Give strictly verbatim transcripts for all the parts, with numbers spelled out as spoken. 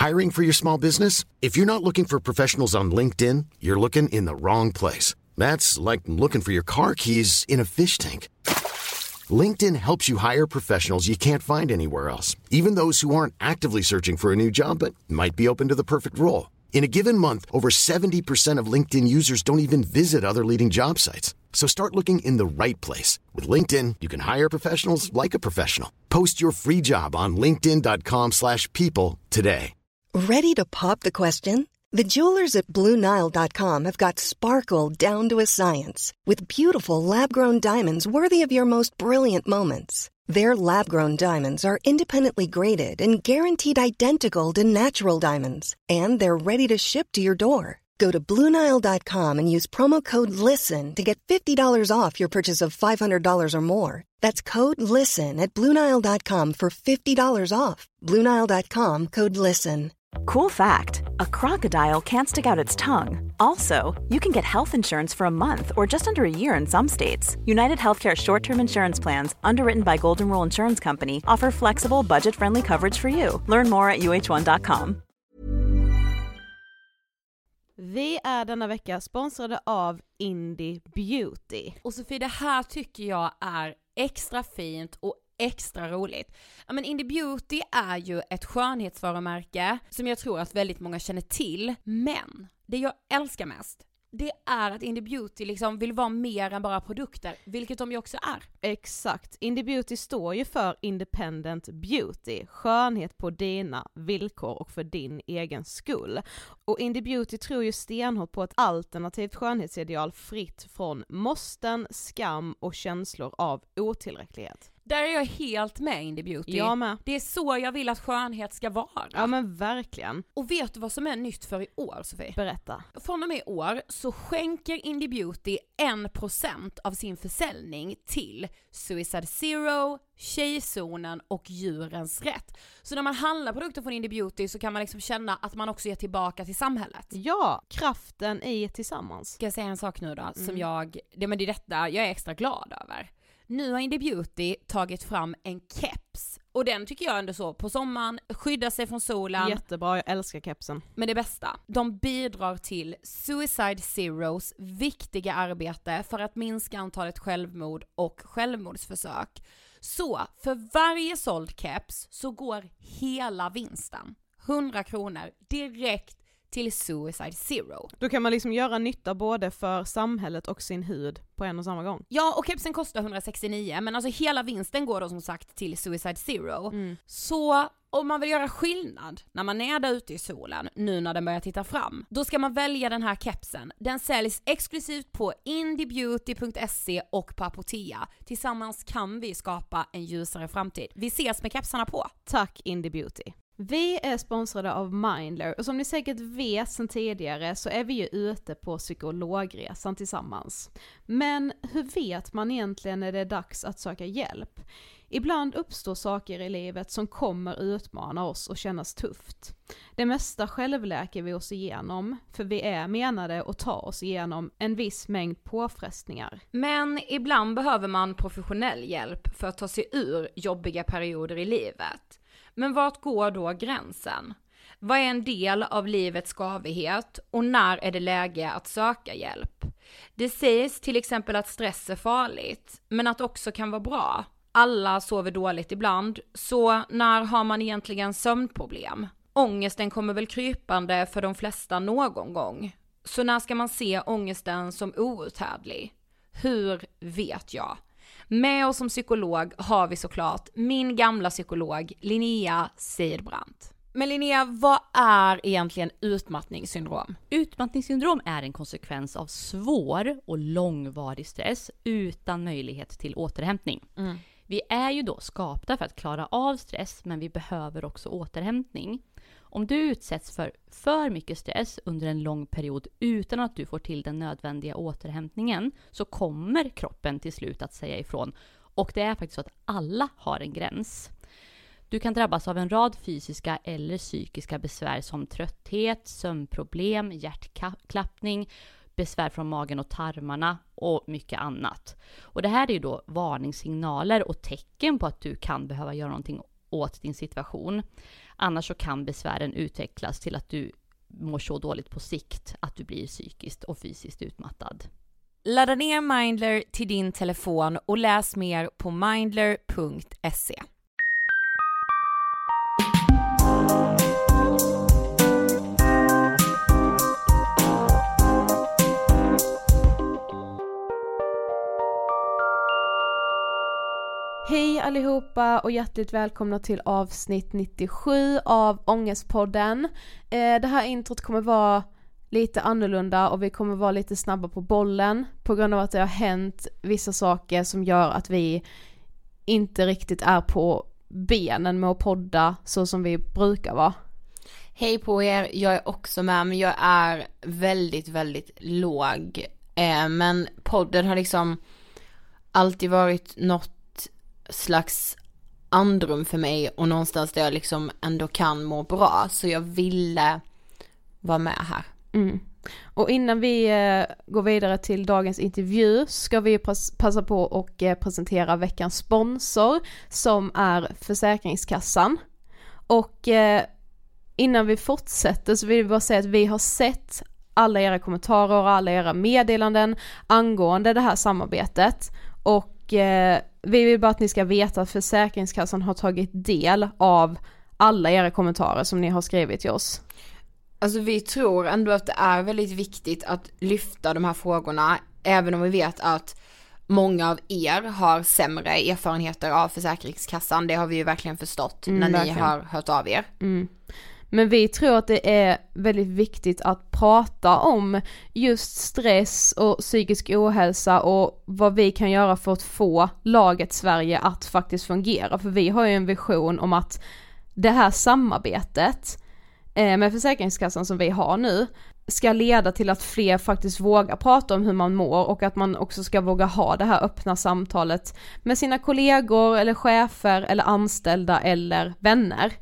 Hiring for your small business? If you're not looking for professionals on LinkedIn, you're looking in the wrong place. That's like looking for your car keys in a fish tank. LinkedIn helps you hire professionals you can't find anywhere else, even those who aren't actively searching for a new job but might be open to the perfect role. In a given month, over seventy percent of LinkedIn users don't even visit other leading job sites. So start looking in the right place. With LinkedIn, you can hire professionals like a professional. Post your free job on linkedin dot com slash people today. Ready to pop the question? The jewelers at Blue Nile dot com have got sparkle down to a science with beautiful lab-grown diamonds worthy of your most brilliant moments. Their lab-grown diamonds are independently graded and guaranteed identical to natural diamonds, and they're ready to ship to your door. Go to Blue Nile dot com and use promo code LISTEN to get fifty dollars off your purchase of five hundred dollars or more. That's code LISTEN at Blue Nile dot com for fifty dollars off. Blue Nile dot com, code LISTEN. Cool fact, a crocodile can't stick out its tongue. Also, you can get health insurance for a month or just under a year in some states. United Healthcare short-term insurance plans, underwritten by Golden Rule Insurance Company, offer flexible, budget-friendly coverage for you. Learn more at U H one dot com. Vi är denna vecka sponsrade av Indie Beauty. Och Sofie, det här tycker jag är extra fint och extra roligt. Ja, men Indie Beauty är ju ett skönhetsvarumärke som jag tror att väldigt många känner till. Men det jag älskar mest, det är att Indie Beauty liksom vill vara mer än bara produkter, vilket de ju också är. Exakt. Indie Beauty står ju för Independent Beauty, skönhet på dina villkor och för din egen skull. Och Indie Beauty tror ju stenhårt på ett alternativt skönhetsideal fritt från måsten, skam och känslor av otillräcklighet. Där är jag helt med Indie Beauty. Jag med. Det är så jag vill att skönhet ska vara. Ja men verkligen. Och vet du vad som är nytt för i år, Sofie? Berätta. Från och med i år så skänker Indie Beauty en procent av sin försäljning till Suicide Zero, Tjejzonen och Djurens Rätt. Så när man handlar produkter från Indie Beauty så kan man liksom känna att man också ger tillbaka till samhället. Ja, kraften i tillsammans. Ska jag säga en sak nu då? Mm. Som jag, det, men det är detta jag är extra glad över. Nu har Indie Beauty tagit fram en keps. Och den tycker jag ändå så, på sommaren, skydda sig från solen. Jättebra, jag älskar kepsen. Men det bästa, de bidrar till Suicide Zeros viktiga arbete för att minska antalet självmord och självmordsförsök. Så för varje såld keps så går hela vinsten, hundra kronor, direkt till Suicide Zero. Då kan man liksom göra nytta både för samhället och sin hud på en och samma gång. Ja, och kepsen kostar hundrasextionio, men alltså hela vinsten går då som sagt till Suicide Zero. Mm. Så om man vill göra skillnad när man är där ute i solen, nu när den börjar titta fram, då ska man välja den här kepsen. Den säljs exklusivt på indiebeauty punkt se och på Apotea. Tillsammans kan vi skapa en ljusare framtid. Vi ses med kepsarna på. Tack Indie Beauty. Vi är sponsrade av Mindler och som ni säkert vet sedan tidigare så är vi ju ute på psykologresan tillsammans. Men hur vet man egentligen när det är dags att söka hjälp? Ibland uppstår saker i livet som kommer utmana oss och kännas tufft. Det mesta självläker vi oss igenom, för vi är menade att ta oss igenom en viss mängd påfrestningar. Men ibland behöver man professionell hjälp för att ta sig ur jobbiga perioder i livet. Men vart går då gränsen? Vad är en del av livets skavighet och när är det läge att söka hjälp? Det sägs till exempel att stress är farligt, men att också kan vara bra. Alla sover dåligt ibland, så när har man egentligen sömnproblem? Ångesten kommer väl krypande för de flesta någon gång. Så när ska man se ångesten som outhärdlig? Hur vet jag? Med oss som psykolog har vi såklart min gamla psykolog Linnea Seidbrant. Men Linnea, vad är egentligen utmattningssyndrom? Utmattningssyndrom är en konsekvens av svår och långvarig stress utan möjlighet till återhämtning. Mm. Vi är ju då skapta för att klara av stress, men vi behöver också återhämtning. Om du utsätts för för mycket stress under en lång period utan att du får till den nödvändiga återhämtningen, så kommer kroppen till slut att säga ifrån. Och det är faktiskt så att alla har en gräns. Du kan drabbas av en rad fysiska eller psykiska besvär som trötthet, sömnproblem, hjärtklappning, besvär från magen och tarmarna och mycket annat. Och det här är ju då varningssignaler och tecken på att du kan behöva göra någonting åt din situation. Annars så kan besvären utvecklas till att du mår så dåligt på sikt att du blir psykiskt och fysiskt utmattad. Ladda ner Mindler till din telefon och läs mer på mindler punkt se. Hej allihopa och hjärtligt välkomna till avsnitt nittiosju av Ångestpodden. Eh, det här introt kommer vara lite annorlunda och vi kommer vara lite snabba på bollen på grund av att det har hänt vissa saker som gör att vi inte riktigt är på benen med att podda så som vi brukar vara. Hej på er, jag är också med, men jag är väldigt, väldigt låg. Eh, men podden har liksom alltid varit något slags andrum för mig och någonstans där jag liksom ändå kan må bra, så jag ville vara med här. Mm. Och innan vi eh, går vidare till dagens intervju ska vi pass- passa på och eh, presentera veckans sponsor som är Försäkringskassan. Och eh, innan vi fortsätter så vill vi bara säga att vi har sett alla era kommentarer och alla era meddelanden angående det här samarbetet och eh, vi vill bara att ni ska veta att Försäkringskassan har tagit del av alla era kommentarer som ni har skrivit till oss. Alltså vi tror ändå att det är väldigt viktigt att lyfta de här frågorna, även om vi vet att många av er har sämre erfarenheter av Försäkringskassan. Det har vi ju verkligen förstått mm, när verkligen. ni har hört av er. Mm. Men vi tror att det är väldigt viktigt att prata om just stress och psykisk ohälsa och vad vi kan göra för att få laget Sverige att faktiskt fungera. För vi har ju en vision om att det här samarbetet med Försäkringskassan som vi har nu ska leda till att fler faktiskt vågar prata om hur man mår och att man också ska våga ha det här öppna samtalet med sina kollegor eller chefer eller anställda eller vänner.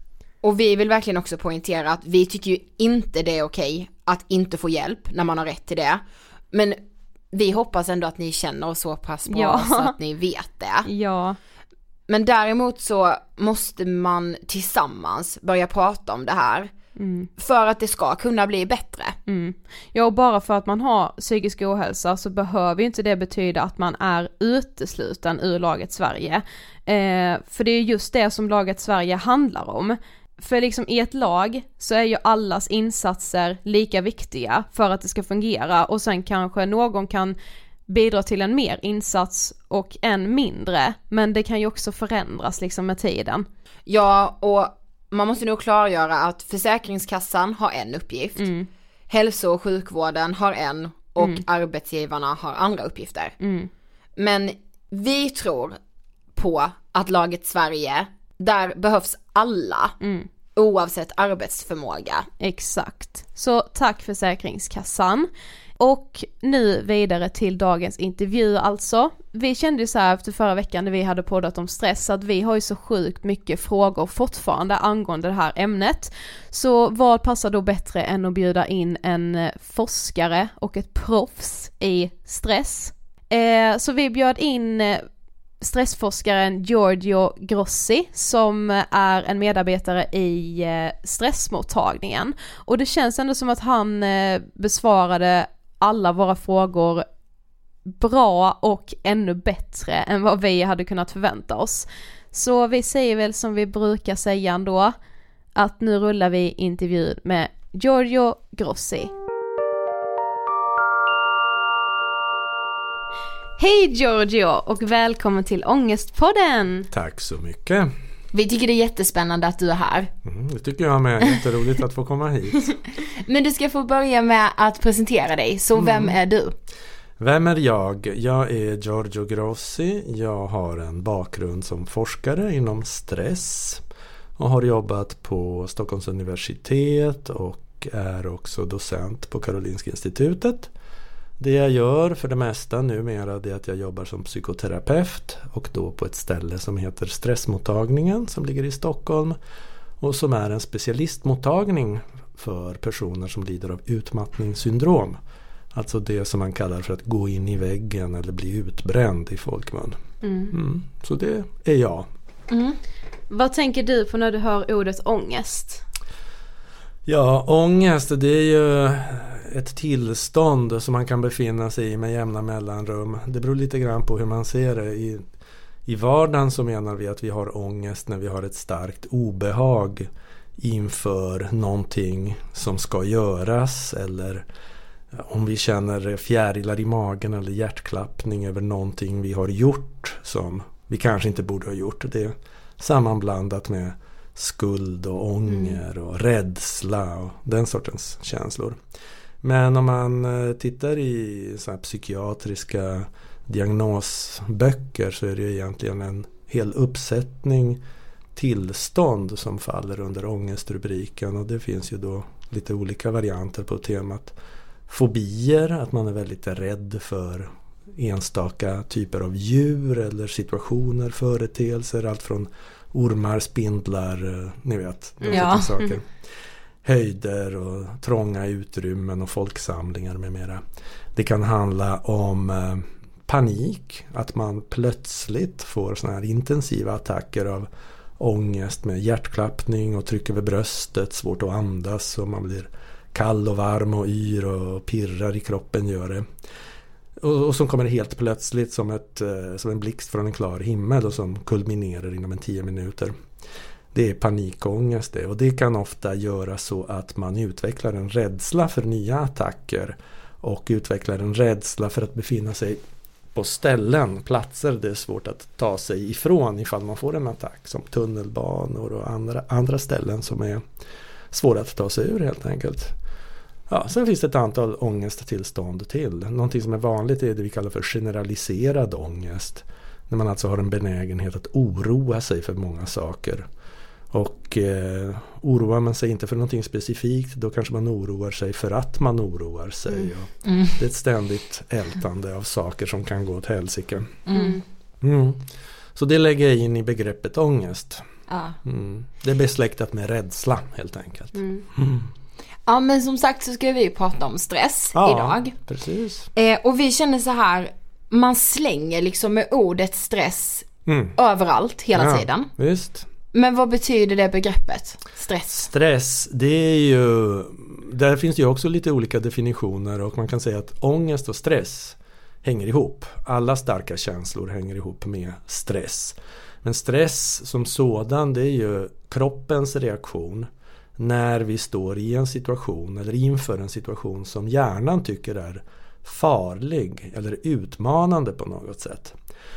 Och vi vill verkligen också poängtera att vi tycker ju inte det är okej att inte få hjälp när man har rätt till det. Men vi hoppas ändå att ni känner oss så pass bra ja. så att ni vet det. Ja. Men däremot så måste man tillsammans börja prata om det här. Mm. För att det ska kunna bli bättre. Mm. Ja, och bara för att man har psykisk ohälsa så behöver ju inte det betyda att man är utesluten ur laget Sverige. Eh, för det är just det som laget Sverige handlar om. För liksom i ett lag så är ju allas insatser lika viktiga för att det ska fungera. Och sen kanske någon kan bidra till en mer insats och en mindre. Men det kan ju också förändras liksom med tiden. Ja, och man måste nog klargöra att Försäkringskassan har en uppgift. Mm. Hälso- och sjukvården har en och mm. arbetsgivarna har andra uppgifter. Mm. Men vi tror på att laget Sverige, där behövs alla mm. oavsett arbetsförmåga. Exakt. Så tack Försäkringskassan. Och nu vidare till dagens intervju alltså. Vi kände ju så här efter förra veckan när vi hade poddat om stress att vi har ju så sjukt mycket frågor fortfarande angående det här ämnet. Så vad passar då bättre än att bjuda in en forskare och ett proffs i stress? Eh, så vi bjöd in stressforskaren Giorgio Grossi som är en medarbetare i stressmottagningen. Och det känns ändå som att han besvarade alla våra frågor bra och ännu bättre än vad vi hade kunnat förvänta oss. Så vi säger väl som vi brukar säga ändå att nu rullar vi intervjun med Giorgio Grossi. Hej Giorgio och välkommen till Ångestpodden. Tack så mycket. Vi tycker det är jättespännande att du är här. Mm, det tycker jag med. Jätteroligt att få komma hit. Men du ska få börja med att presentera dig. Så vem mm. är du? Vem är jag? Jag är Giorgio Grossi. Jag har en bakgrund som forskare inom stress och har jobbat på Stockholms universitet och är också docent på Karolinska institutet. Det jag gör för det mesta numera är att jag jobbar som psykoterapeut och då på ett ställe som heter Stressmottagningen som ligger i Stockholm och som är en specialistmottagning för personer som lider av utmattningssyndrom. Alltså det som man kallar för att gå in i väggen eller bli utbränd i folkmun. Mm. Mm. Så det är jag. Mm. Vad tänker du på när du hör ordet ångest? Ja, ångest det är ju ett tillstånd som man kan befinna sig i med jämna mellanrum. Det beror lite grann på hur man ser det. I, i vardagen så menar vi att vi har ångest när vi har ett starkt obehag inför någonting som ska göras, eller om vi känner fjärilar i magen eller hjärtklappning över någonting vi har gjort som vi kanske inte borde ha gjort. Det är sammanblandat med skuld och ånger och rädsla och den sortens känslor. Men om man tittar i så här psykiatriska diagnosböcker så är det ju egentligen en hel uppsättning tillstånd som faller under ångestrubriken, och det finns ju då lite olika varianter på temat. Fobier, att man är väldigt rädd för enstaka typer av djur eller situationer, företeelser, allt från ormar, spindlar, ni vet, den ja. saker. Mm. Höjder och trånga utrymmen och folksamlingar med mera. Det kan handla om eh, panik, att man plötsligt får såna här intensiva attacker av ångest med hjärtklappning och tryck över bröstet, svårt att andas och man blir kall och varm och yr och pirrar i kroppen gör det. Och, och som kommer helt plötsligt som, ett, som en blixt från en klar himmel och som kulminerar inom en tio minuter. Det är panikångest det, och det kan ofta göra så att man utvecklar en rädsla för nya attacker och utvecklar en rädsla för att befinna sig på ställen, platser det är svårt att ta sig ifrån ifall man får en attack, som tunnelbanor och andra, andra ställen som är svåra att ta sig ur helt enkelt. Ja, sen finns det ett antal ångesttillstånd till. Någonting som är vanligt är det vi kallar för generaliserad ångest. När man alltså har en benägenhet att oroa sig för många saker. Och eh, oroar man sig inte för någonting specifikt, då kanske man oroar sig för att man oroar sig. Mm. Och Mm. det är ett ständigt ältande av saker som kan gå åt helsike. Mm. Mm. Så det lägger jag in i begreppet ångest. Ja. Mm. Det är besläktat med rädsla helt enkelt. Mm. Mm. Ja, men som sagt så ska vi prata om stress Ja, idag. Precis. Eh, och vi känner så här, man slänger liksom med ordet stress Mm. överallt hela Ja, tiden. Visst. Men vad betyder det begreppet? Stress? Stress, det är ju, där finns det ju också lite olika definitioner, och man kan säga att ångest och stress hänger ihop. Alla starka känslor hänger ihop med stress. Men stress som sådan, det är ju kroppens reaktion när vi står i en situation eller inför en situation som hjärnan tycker är farlig eller utmanande på något sätt.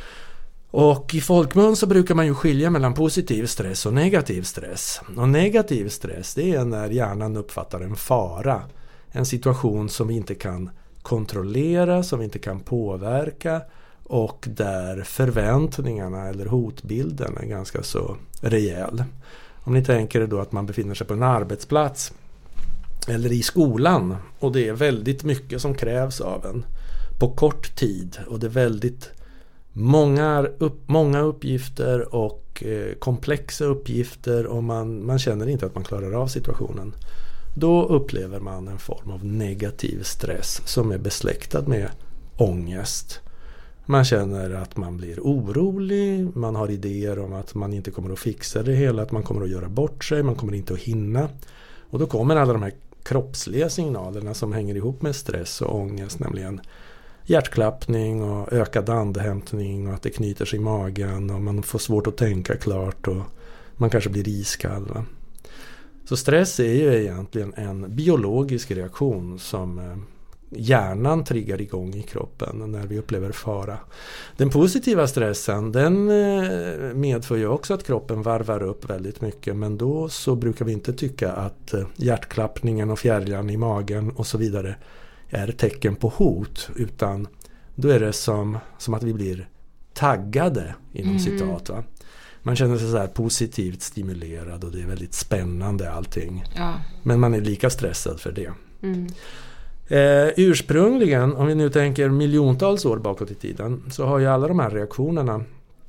Och i folkmun så brukar man ju skilja mellan positiv stress och negativ stress. Och negativ stress, det är när hjärnan uppfattar en fara. En situation som vi inte kan kontrollera, som vi inte kan påverka, och där förväntningarna eller hotbilden är ganska så rejäl. Om ni tänker er då att man befinner sig på en arbetsplats eller i skolan, och det är väldigt mycket som krävs av en på kort tid, och det är väldigt många, upp, många uppgifter och eh, komplexa uppgifter, och man, man känner inte att man klarar av situationen. Då upplever man en form av negativ stress som är besläktad med ångest. Man känner att man blir orolig, man har idéer om att man inte kommer att fixa det hela, att man kommer att göra bort sig, man kommer inte att hinna. Och då kommer alla de här kroppsliga signalerna som hänger ihop med stress och ångest, nämligen hjärtklappning och ökad andhämtning och att det knyter sig i magen och man får svårt att tänka klart och man kanske blir iskall. Va? Så stress är ju egentligen en biologisk reaktion som hjärnan triggar igång i kroppen när vi upplever fara. Den positiva stressen, den medför ju också att kroppen varvar upp väldigt mycket, men då så brukar vi inte tycka att hjärtklappningen och fjärilarna i magen och så vidare är tecken på hot, utan då är det som, som att vi blir taggade inom mm. citat. Va? Man känner sig så här positivt stimulerad och det är väldigt spännande allting. Ja. Men man är lika stressad för det. Mm. Eh, ursprungligen, om vi nu tänker miljontals år bakåt i tiden, så har ju alla de här reaktionerna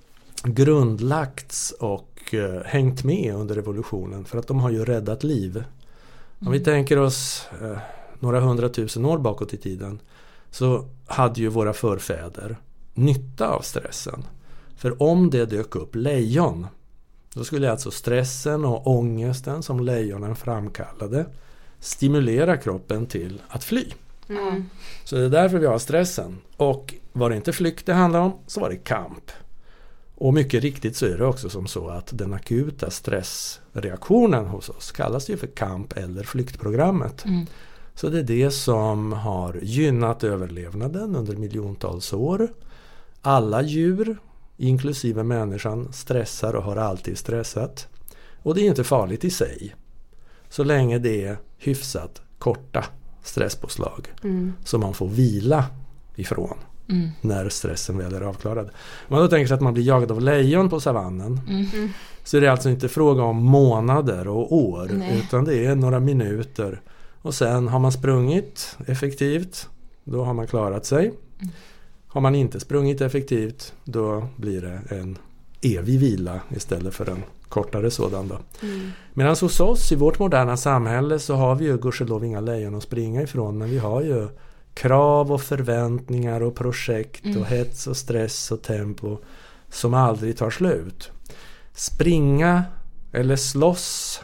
grundlagts och eh, hängt med under evolutionen, för att de har ju räddat liv. Mm. Om vi tänker oss eh, några hundratusen år bakåt i tiden, så hade ju våra förfäder nytta av stressen. För om det dök upp lejon Då skulle alltså stressen och ångesten som lejonen framkallade stimulera kroppen till att fly. Mm. Så det är därför vi har stressen. Och var det inte flykt det handlar om, så var det kamp. Och mycket riktigt så är det också som så att den akuta stressreaktionen hos oss kallas ju för kamp- eller flyktprogrammet. Mm. Så det är det som har gynnat överlevnaden under miljontals år. Alla djur, inklusive människan, stressar och har alltid stressat. Och det är inte farligt i sig. Så länge det är hyfsat korta stresspåslag. Mm. Som man får vila ifrån. Mm. När stressen väl är avklarad. Om man då tänker sig att man blir jagad av lejon på savannen. Mm. Så är det alltså inte fråga om månader och år. Nej. Utan det är några minuter. Och sen har man sprungit effektivt. Då har man klarat sig. Mm. Har man inte sprungit effektivt. Då blir det en evig vila istället för en kortare sådan då. Mm. Medan hos oss i vårt moderna samhälle så har vi ju gudskelov inga lejon att springa ifrån. Men vi har ju krav och förväntningar och projekt mm. och hets och stress och tempo som aldrig tar slut. Springa eller slåss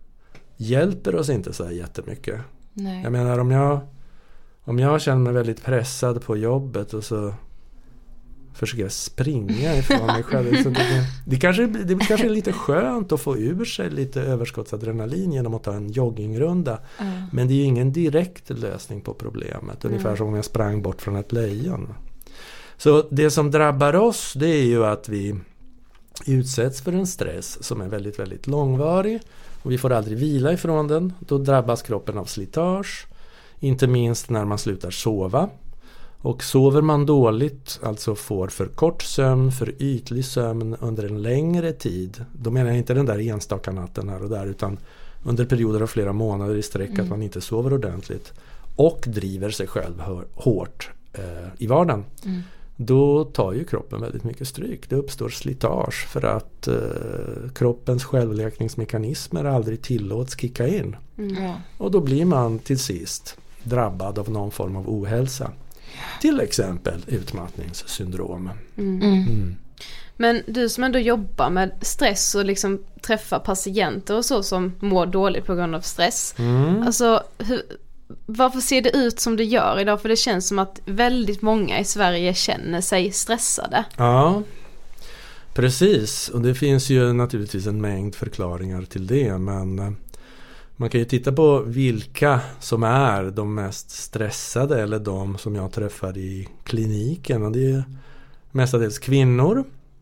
hjälper oss inte så jättemycket. Nej. Jag menar om jag om jag känner mig väldigt pressad på jobbet och så försöker jag springa ifrån mig själv. Så det, det, kanske, det kanske är lite skönt att få ur sig lite överskottsadrenalin genom att ta en joggingrunda. Mm. Men det är ju ingen direkt lösning på problemet. Ungefär mm. som om jag sprang bort från ett lejon. Så det som drabbar oss, det är ju att vi utsätts för en stress som är väldigt, väldigt långvarig. Och vi får aldrig vila ifrån den. Då drabbas kroppen av slitage. Inte minst när man slutar sova. Och sover man dåligt, alltså får för kort sömn, för ytlig sömn under en längre tid. Då menar jag inte den där enstaka natten här och där, utan under perioder av flera månader i sträck mm. att man inte sover ordentligt. Och driver sig själv hårt eh, i vardagen. Mm. Då tar ju kroppen väldigt mycket stryk. Det uppstår slitage för att eh, kroppens självläkningsmekanismer aldrig tillåts kicka in. Mm. Och då blir man till sist drabbad av någon form av ohälsa. Till exempel utmattningssyndrom. Mm. Mm. Men du som ändå jobbar med stress och liksom träffar patienter och så som mår dåligt på grund av stress. Mm. Alltså, hur, varför ser det ut som det gör idag? För det känns som att väldigt många i Sverige känner sig stressade. Ja, precis. Och det finns ju naturligtvis en mängd förklaringar till det. Men man kan ju titta på vilka som är de mest stressade eller de som jag träffar i kliniken. Och det är mestadels kvinnor.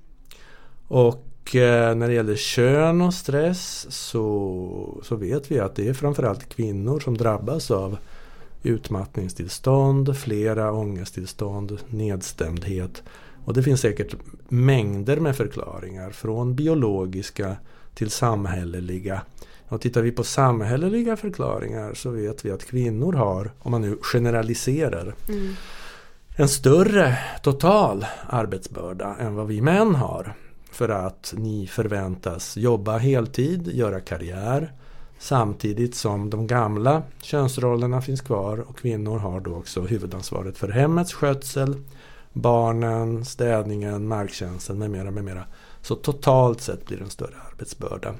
Och eh, när det gäller kön och stress så, så vet vi att det är framförallt kvinnor som drabbas av utmattningstillstånd, flera ångesttillstånd, nedstämdhet. Och det finns säkert mängder med förklaringar från biologiska till samhälleliga. Och tittar vi på samhälleliga förklaringar så vet vi att kvinnor har, om man nu generaliserar, mm. en större total arbetsbörda än vad vi män har. För att ni förväntas jobba heltid, göra karriär, samtidigt som de gamla könsrollerna finns kvar och kvinnor har då också huvudansvaret för hemmets skötsel, barnen, städningen, marktjänsten med mera, med mera. Så totalt sett blir det en större arbetsbörda.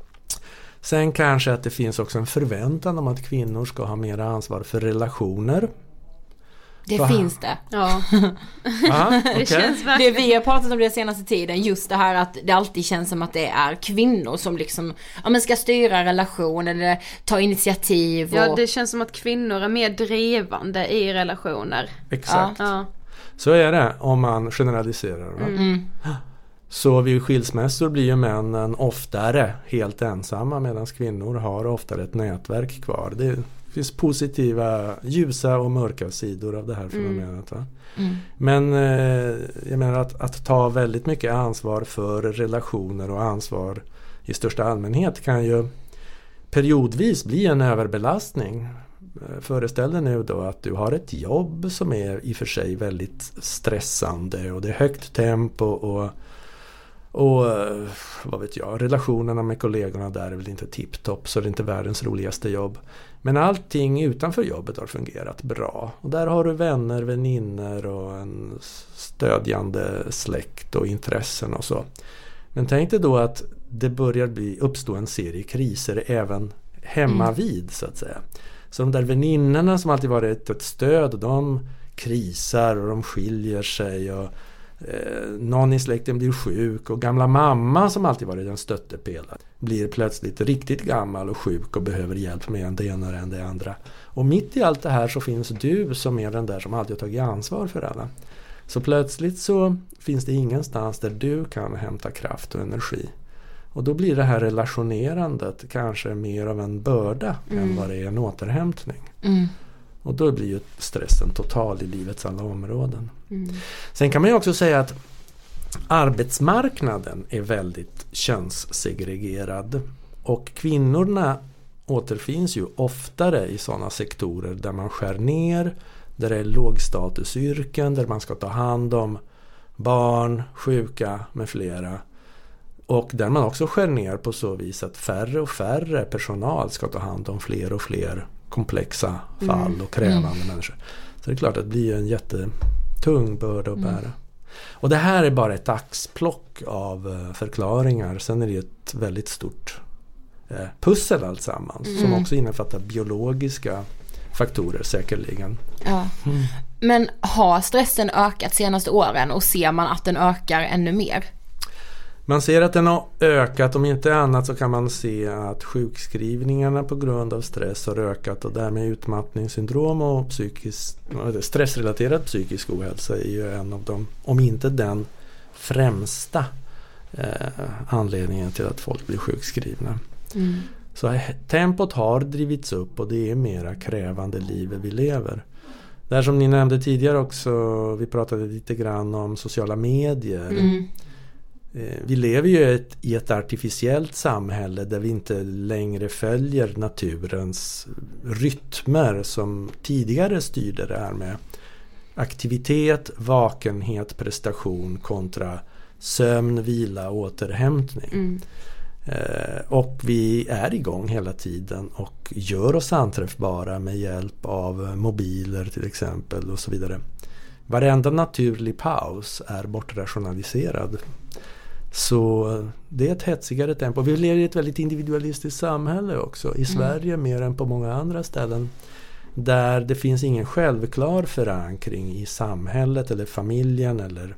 Sen kanske att det finns också en förväntan om att kvinnor ska ha mer ansvar för relationer. Det Va? Finns det. Ja. Aha, okay. Det känns verkligen. Det vi har pratat om det senaste tiden, just det här att det alltid känns som att det är kvinnor som liksom, ja, men ska styra relationer eller ta initiativ. Och... Ja, det känns som att kvinnor är mer drivande i relationer. Exakt. Ja. Så är det om man generaliserar. Va? Mm. Så vid skilsmässor blir ju männen oftare helt ensamma medan kvinnor har oftare ett nätverk kvar. Det finns positiva, ljusa och mörka sidor av det här fenomenet. Va? Mm. Men eh, jag menar att, att ta väldigt mycket ansvar för relationer och ansvar i största allmänhet kan ju periodvis bli en överbelastning. Föreställ dig nu då att du har ett jobb som är i och för sig väldigt stressande och det är högt tempo och Och vad vet jag, relationerna med kollegorna där är väl inte tipptopp, så det är inte världens roligaste jobb. Men allting utanför jobbet har fungerat bra. Och där har du vänner, väninner och en stödjande släkt och intressen och så. Men tänk dig då att det börjar bli, uppstå en serie kriser även hemma mm. vid så att säga. Så de där väninnorna som alltid varit ett stöd, de krisar och de skiljer sig och eh, någon i släkten blir sjuk och gamla mamma som alltid varit en stöttepelare blir plötsligt riktigt gammal och sjuk och behöver hjälp med en det ena än det andra. Och mitt i allt det här så finns du som är den där som alltid har tagit ansvar för alla. Så plötsligt så finns det ingenstans där du kan hämta kraft och energi. Och då blir det här relationerandet kanske mer av en börda mm. än vad det är en återhämtning. Mm. Och då blir ju stressen total i livets alla områden. Mm. Sen kan man ju också säga att arbetsmarknaden är väldigt könssegregerad. Och kvinnorna återfinns ju oftare i sådana sektorer där man skär ner, där det är lågstatusyrken, där man ska ta hand om barn, sjuka med flera. Och där man också skär ner på så vis att färre och färre personal ska ta hand om fler och fler komplexa fall mm. och krävande mm. människor. Så det är klart att det blir en jättetung börda att bära. Mm. Och det här är bara ett axplock av förklaringar. Sen är det ett väldigt stort eh, pussel alltsammans mm. som också innefattar biologiska faktorer säkerligen. Ja. Mm. Men har stressen ökat senaste åren och ser man att den ökar ännu mer? Man ser att den har ökat, om inte annat så kan man se att sjukskrivningarna på grund av stress har ökat och därmed utmattningssyndrom och psykisk, stressrelaterad psykisk ohälsa är ju en av dem, om inte den främsta eh, anledningen till att folk blir sjukskrivna. Mm. Så tempot har drivits upp och det är mera krävande liv vi lever. Där som ni nämnde tidigare också, vi pratade lite grann om sociala medier. Mm. Vi lever ju ett, i ett artificiellt samhälle där vi inte längre följer naturens rytmer som tidigare styrde det här med aktivitet, vakenhet, prestation kontra sömn, vila, återhämtning. Mm. Eh, och vi är igång hela tiden och gör oss anträffbara med hjälp av mobiler till exempel och så vidare. Varenda naturlig paus är bortrationaliserad. Så det är ett hetsigare tempo. Vi lever i ett väldigt individualistiskt samhälle också. I Sverige mm. mer än på många andra ställen. Där det finns ingen självklar förankring i samhället eller familjen eller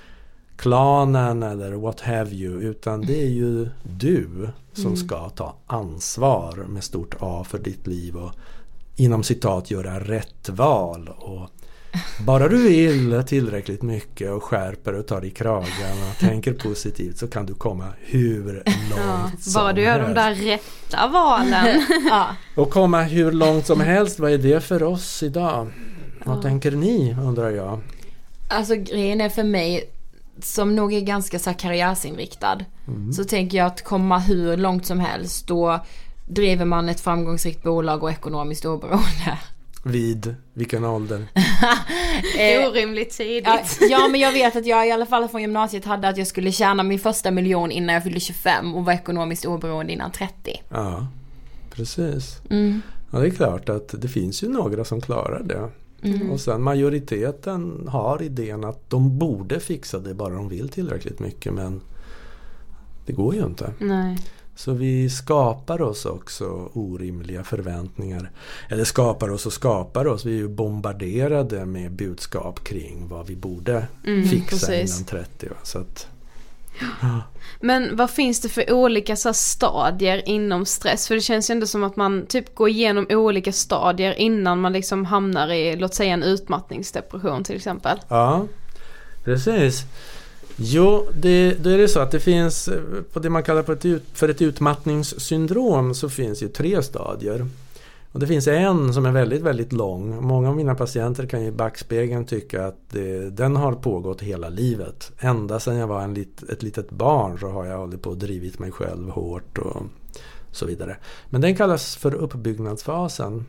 klanen eller what have you. Utan det är ju du som mm. ska ta ansvar med stort A för ditt liv och inom citat göra rätt val och bara du vill tillräckligt mycket och skärper och tar i kragen och tänker positivt så kan du komma hur långt ja, som bara du gör helst. De där rätta valen. Ja. Och komma hur långt som helst, vad är det för oss idag? Vad ja. tänker ni, undrar jag? Alltså grejen är för mig som nog är ganska så här karriärsinriktad mm. så tänker jag att komma hur långt som helst då driver man ett framgångsrikt bolag och ekonomiskt oberoende. Vid vilken ålder? Orimligt tidigt. Ja, ja, men jag vet att jag i alla fall från gymnasiet hade att jag skulle tjäna min första miljon innan jag fyllde tjugofem och var ekonomiskt oberoende innan trettio. Ja, precis. Mm. Ja, det är klart att det finns ju några som klarar det. Mm. Och sen majoriteten har idén att de borde fixa det bara de vill tillräckligt mycket, men det går ju inte. Nej. Så vi skapar oss också orimliga förväntningar. Eller skapar oss och skapar oss. Vi är ju bombarderade med budskap kring vad vi borde mm, fixa precis. Innan trettio. Så att, ja. Men vad finns det för olika så här, stadier inom stress? För det känns ju ändå som att man typ går igenom olika stadier innan man liksom hamnar i, låt säga en utmattningsdepression till exempel. Ja, precis. Jo, det, då är det så att det finns på det man kallar för ett, ut, för ett utmattningssyndrom så finns ju tre stadier. Och det finns en som är väldigt, väldigt lång. Många av mina patienter kan i backspegeln tycka att det, den har pågått hela livet. Ända sedan jag var en lit, ett litet barn så har jag hållit på och drivit mig själv hårt och så vidare. Men den kallas för uppbyggnadsfasen.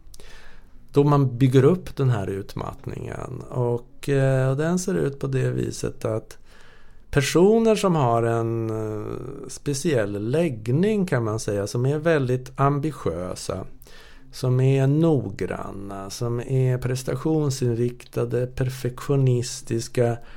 Då man bygger upp den här utmattningen. Och eh, den ser ut på det viset att personer som har en uh, speciell läggning kan man säga, som är väldigt ambitiösa, som är noggranna, som är prestationsinriktade, perfektionistiska,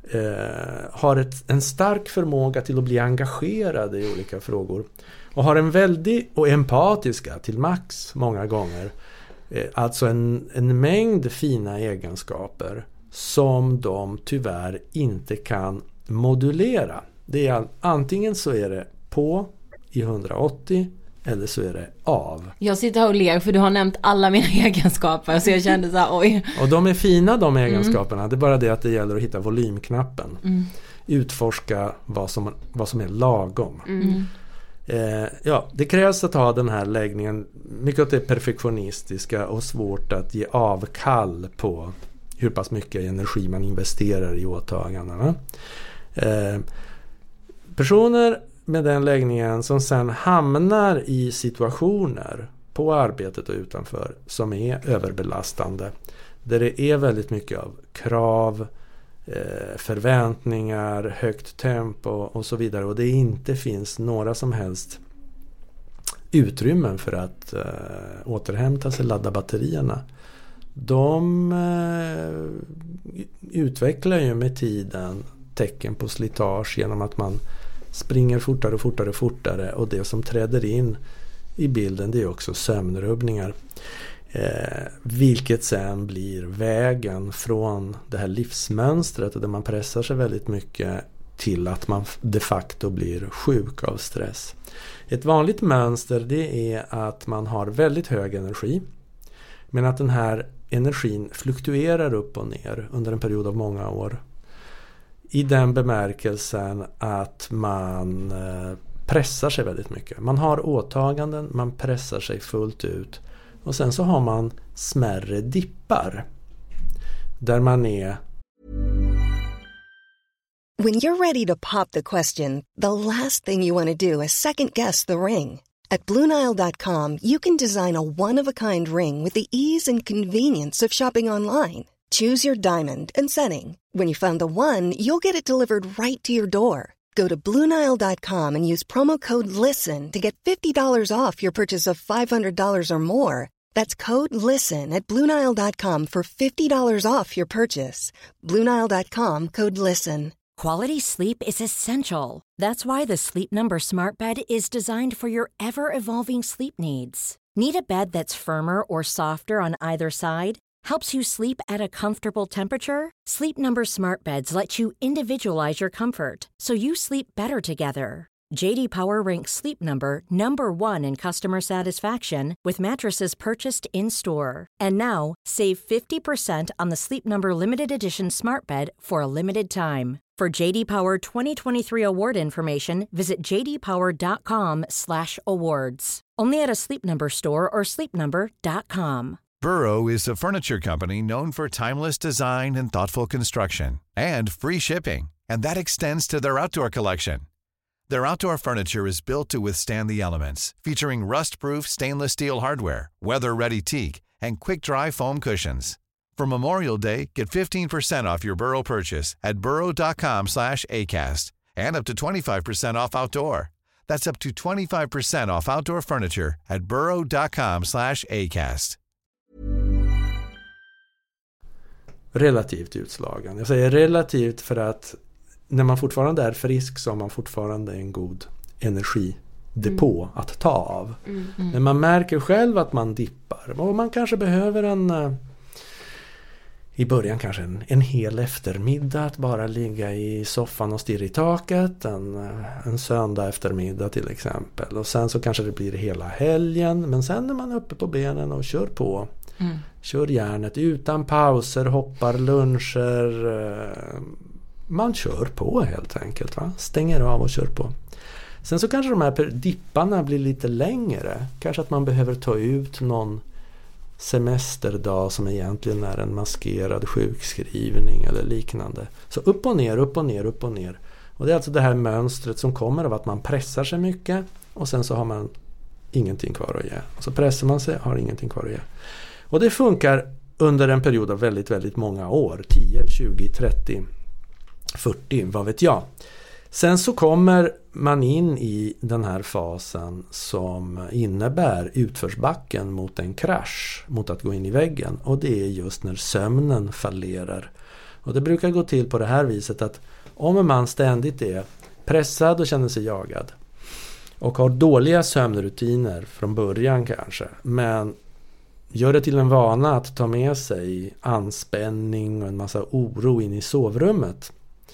eh, har ett, en stark förmåga till att bli engagerade i olika frågor. Och har en väldig och empatiska till max många gånger. Eh, alltså en, en mängd fina egenskaper som de tyvärr inte kan modulera. Det är antingen så är det på i hundraåttio eller så är det av. Jag sitter här och ler för du har nämnt alla mina egenskaper så jag kände så här, oj. Och de är fina de egenskaperna. Mm. Det är bara det att det gäller att hitta volymknappen. Mm. Utforska vad som, vad som är lagom. Mm. Eh, ja, det krävs att ha den här läggningen. Mycket av det perfektionistiska och svårt att ge avkall på hur pass mycket energi man investerar i åtagandena. Eh, personer med den läggningen som sen hamnar i situationer på arbetet och utanför som är överbelastande. Där det är väldigt mycket av krav, eh, förväntningar, högt tempo och så vidare. Och det inte finns några som helst utrymmen för att eh, återhämta sig, ladda batterierna. De eh, utvecklar ju med tiden tecken på slitage genom att man springer fortare och fortare och fortare, och det som träder in i bilden det är också sömnrubbningar. Eh, vilket sen blir vägen från det här livsmönstret där man pressar sig väldigt mycket till att man de facto blir sjuk av stress. Ett vanligt mönster det är att man har väldigt hög energi, men att den här energin fluktuerar upp och ner under en period av många år. I den bemärkelsen att man pressar sig väldigt mycket. Man har åtaganden, man pressar sig fullt ut. Och sen så har man smärre dippar. Där man är... When you're ready to pop the question, the last thing you want to do is second guess the ring. At Blue Nile dot com you can design a one-of-a-kind ring with the ease and convenience of shopping online. Choose your diamond and setting. When you find the one, you'll get it delivered right to your door. Go to Blue Nile dot com and use promo code LISTEN to get fifty dollars off your purchase of five hundred dollars or more. That's code LISTEN at Blue Nile dot com for fifty dollars off your purchase. Blue Nile dot com, code LISTEN. Quality sleep is essential. That's why the Sleep Number Smart Bed is designed for your ever-evolving sleep needs. Need a bed that's firmer or softer on either side? Helps you sleep at a comfortable temperature? Sleep Number Smart Beds let you individualize your comfort so you sleep better together. J D Power ranks Sleep Number number one in customer satisfaction with mattresses purchased in-store. And now, save fifty percent on the Sleep Number Limited Edition Smart Bed for a limited time. For J D Power twenty twenty-three award information, visit j d power dot com slash awards. Only at a Sleep Number store or sleep number dot com. Burrow is a furniture company known for timeless design and thoughtful construction, and free shipping, and that extends to their outdoor collection. Their outdoor furniture is built to withstand the elements, featuring rust-proof stainless steel hardware, weather-ready teak, and quick-dry foam cushions. For Memorial Day, get fifteen percent off your Burrow purchase at burrow dot com slash acast, and up to twenty-five percent off outdoor. That's up to twenty-five percent off outdoor furniture at burrow dot com slash acast. Relativt utslagen. Jag säger relativt för att när man fortfarande är frisk så har man fortfarande en god energidepå mm. att ta av. Mm. Mm. Men man märker själv att man dippar. Och man kanske behöver en i början kanske en, en hel eftermiddag att bara ligga i soffan och stirra i taket. En, en söndag eftermiddag till exempel. Och sen så kanske det blir hela helgen. Men sen är man uppe på benen och kör på. Mm. Kör järnet utan pauser, hoppar luncher. Man kör på helt enkelt. Va? Stänger av och kör på. Sen så kanske de här dipparna blir lite längre. Kanske att man behöver ta ut någon semesterdag som egentligen är en maskerad sjukskrivning eller liknande. Så upp och ner, upp och ner, upp och ner. Och det är alltså det här mönstret som kommer av att man pressar sig mycket och sen så har man ingenting kvar att ge. Och så pressar man sig, har ingenting kvar att ge. Och det funkar under en period av väldigt, väldigt många år. tio, tjugo, trettio, fyrtio, vad vet jag. Sen så kommer man in i den här fasen som innebär utförsbacken mot en krasch, mot att gå in i väggen. Och det är just när sömnen fallerar. Och det brukar gå till på det här viset att om man ständigt är pressad och känner sig jagad och har dåliga sömnrutiner från början kanske, men gör det till en vana att ta med sig anspänning och en massa oro in i sovrummet,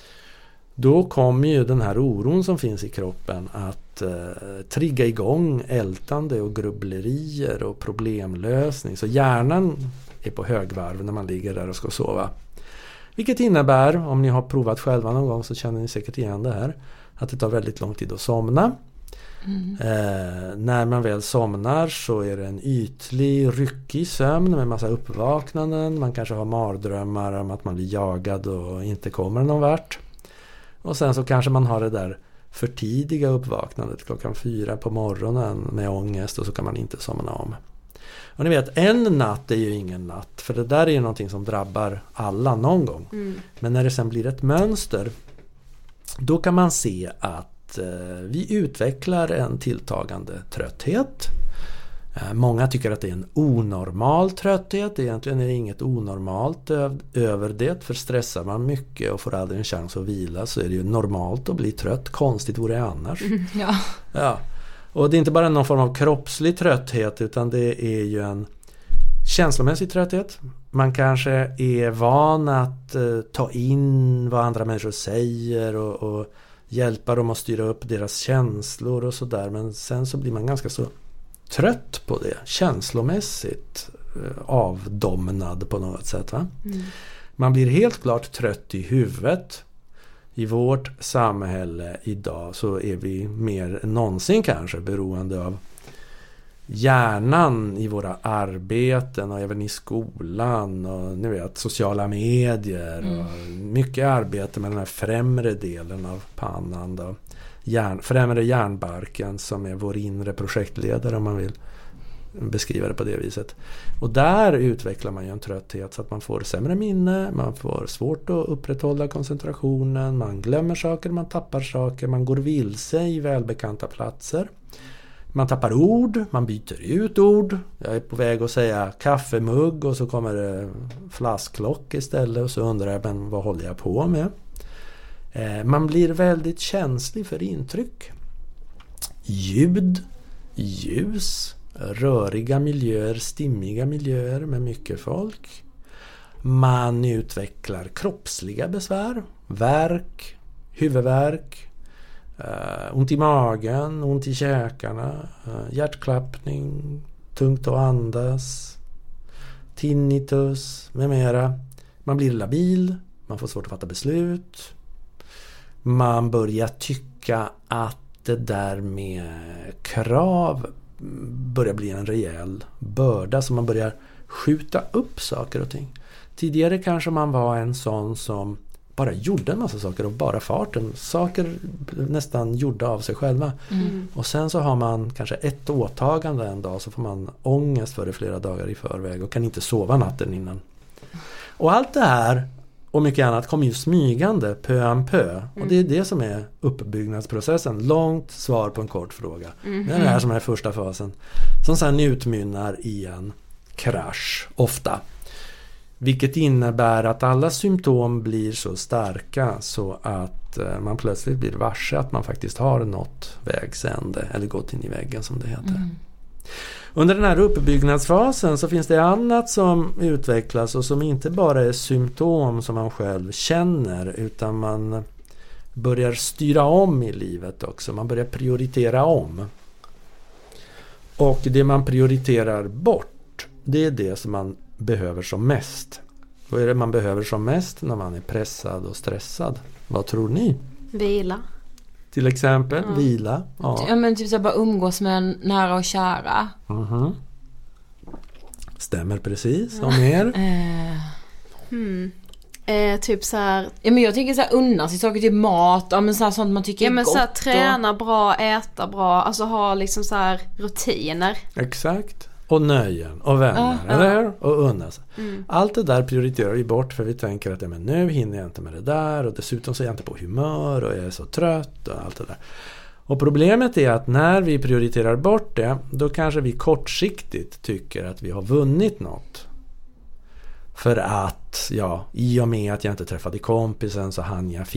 då kommer ju den här oron som finns i kroppen att eh, trigga igång ältande och grubblerier och problemlösning. Så hjärnan är på högvarv när man ligger där och ska sova. Vilket innebär, om ni har provat själva någon gång så känner ni säkert igen det här, att det tar väldigt lång tid att somna. Mm. Eh, när man väl somnar så är det en ytlig, ryckig sömn med massa uppvaknanden. Man kanske har mardrömmar om att man blir jagad och inte kommer någon vart. Och sen så kanske man har det där för tidiga uppvaknandet klockan fyra på morgonen med ångest och så kan man inte somna om. Och ni vet, en natt är ju ingen natt, för det där är ju någonting som drabbar alla någon gång. Mm. Men när det sen blir ett mönster, då kan man se att eh, vi utvecklar en tilltagande trötthet. Eh, många tycker att det är en onormal trötthet. Egentligen är det inget onormalt ö- över det, för stressar man mycket och får aldrig en chans att vila så är det ju normalt att bli trött. Konstigt vore det annars. Mm, ja. Ja. Och det är inte bara någon form av kroppslig trötthet, utan det är ju en känslomässig trötthet. Man kanske är van att eh, ta in vad andra människor säger och, och hjälpa dem att styra upp deras känslor och sådär. Men sen så blir man ganska så trött på det, känslomässigt eh, avdomnad på något sätt. Va? Mm. Man blir helt klart trött i huvudet. I vårt samhälle idag så är vi mer än någonsin kanske beroende av hjärnan i våra arbeten och även i skolan och nu vet, sociala medier mm. och mycket arbete med den här främre delen av pannan då. Hjärn, främre hjärnbarken som är vår inre projektledare om man vill beskriva det på det viset. Och där utvecklar man ju en trötthet så att man får sämre minne, man får svårt att upprätthålla koncentrationen, man glömmer saker, man tappar saker, man går vilse i välbekanta platser. Man tappar ord, man byter ut ord. Jag är på väg att säga kaffemugg och så kommer det flasklock istället och så undrar jag, men vad håller jag på med? Eh, man blir väldigt känslig för intryck. Ljud, ljus, röriga miljöer, stimmiga miljöer med mycket folk. Man utvecklar kroppsliga besvär, värk, huvudvärk, uh, ont i magen, ont i käkarna, uh, hjärtklappning, tungt att andas, tinnitus med mera. Man blir labil, man får svårt att fatta beslut. Man börjar tycka att det där med krav börjar bli en rejäl börda, så man börjar skjuta upp saker och ting. Tidigare kanske man var en sån som bara gjorde en massa saker och bara farten. Saker nästan gjorda av sig själva. Mm. Och sen så har man kanske ett åtagande en dag, så får man ångest för det flera dagar i förväg och kan inte sova natten innan. Och allt det här och mycket annat kommer ju smygande pö om pö. Mm. Och det är det som är uppbyggnadsprocessen. Långt svar på en kort fråga. Mm. Det är det här som är första fasen. Som sedan utmynnar i en krasch ofta. Vilket innebär att alla symptom blir så starka så att man plötsligt blir varse att man faktiskt har nått vägs ände eller gått in i väggen som det heter. Mm. Under den här uppbyggnadsfasen så finns det annat som utvecklas och som inte bara är symptom som man själv känner, utan man börjar styra om i livet också. Man börjar prioritera om. Och det man prioriterar bort, det är det som man behöver som mest. Vad är det man behöver som mest när man är pressad och stressad? Vad tror ni? Vila. Till exempel, ja. vila. Ja. ja, men typ så bara umgås med en nära och kära. Mm-hmm. Stämmer precis. Ja. Och mer? Eh. Hmm. Eh, typ så här. Ja, men jag tänker så här, unna sig saker, typ mat, ja, men så här, sånt man tycker ja, är men gott. Så här, träna bra, äta bra, alltså ha liksom så här rutiner. Exakt. Och nöjen och vänner, ja, eller ja. Och unna sig. Mm. Allt det där prioriterar vi bort för vi tänker att ja, men nu hinner jag inte med det där och dessutom så är jag inte på humör och jag är så trött och allt det där. Och problemet är att när vi prioriterar bort det, då kanske vi kortsiktigt tycker att vi har vunnit något. För att att ja, i och med att jag inte träffade kompisen så hann jag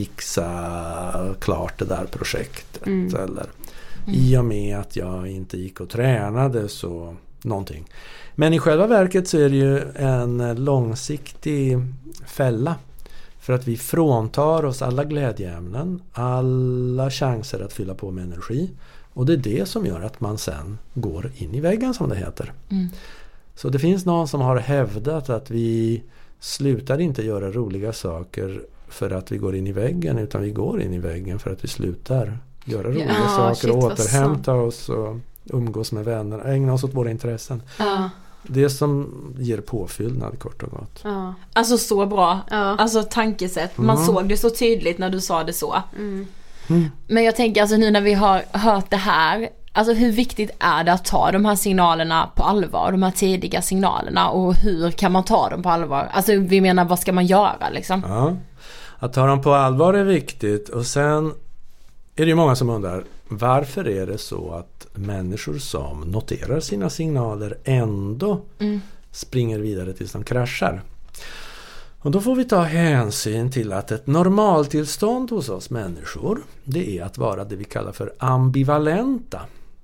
fixa klart det där projektet. Mm. Eller mm. i och med att jag inte gick och tränade så någonting. Men i själva verket så är det ju en långsiktig fälla. För att vi fråntar oss alla glädjeämnen, alla chanser att fylla på med energi. Och det är det som gör att man sen går in i väggen, som det heter. Mm. Så det finns någon som har hävdat att vi slutar inte göra roliga saker för att vi går in i väggen, utan vi går in i väggen för att vi slutar göra roliga ja, saker shit, och återhämta oss och umgås med vänner, ägna oss åt våra intressen. Ja. Det som ger påfyllnad, kort och gott. Ja. Alltså så bra. Ja. Alltså tankesätt. Man mm. såg det så tydligt när du sa det så. Mm. Mm. Men jag tänker alltså nu när vi har hört det här, alltså hur viktigt är det att ta de här signalerna på allvar, de här tidiga signalerna, och hur kan man ta dem på allvar? Alltså vi menar, vad ska man göra liksom? Ja. Att ta dem på allvar är viktigt, och sen är det ju många som undrar, varför är det så att människor som noterar sina signaler ändå mm. springer vidare tills de kraschar? Och då får vi ta hänsyn till att ett normaltillstånd hos oss människor, det är att vara det vi kallar för ambivalenta.